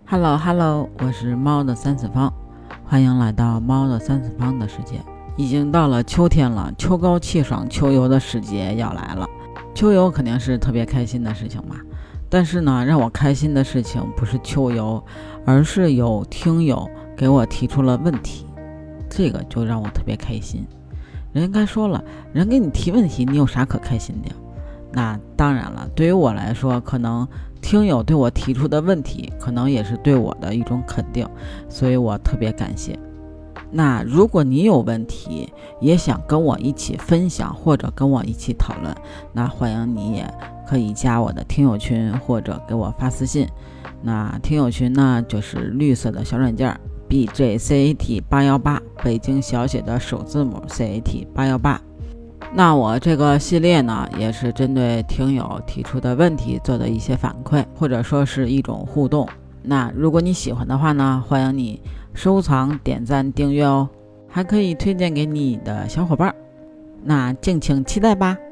Hello Hello， 我是猫的三次方，欢迎来到猫的三次方的世界。已经到了秋天了，秋高气爽，秋游的时节要来了。秋游肯定是特别开心的事情嘛，但是呢，让我开心的事情不是秋游，而是有听友给我提出了问题，这个就让我特别开心。人该说了，人给你提问题，你有啥可开心的？那当然了，对于我来说，可能听友对我提出的问题，可能也是对我的一种肯定，所以我特别感谢。那如果你有问题，也想跟我一起分享或者跟我一起讨论，那欢迎你也可以加我的听友群或者给我发私信。那听友群呢，就是绿色的小软件 BJCAT818， 北京小写的首字母 CAT818。那我这个系列呢，也是针对听友提出的问题做的一些反馈，或者说是一种互动。那如果你喜欢的话呢，欢迎你收藏、点赞、订阅哦，还可以推荐给你的小伙伴。那敬请期待吧。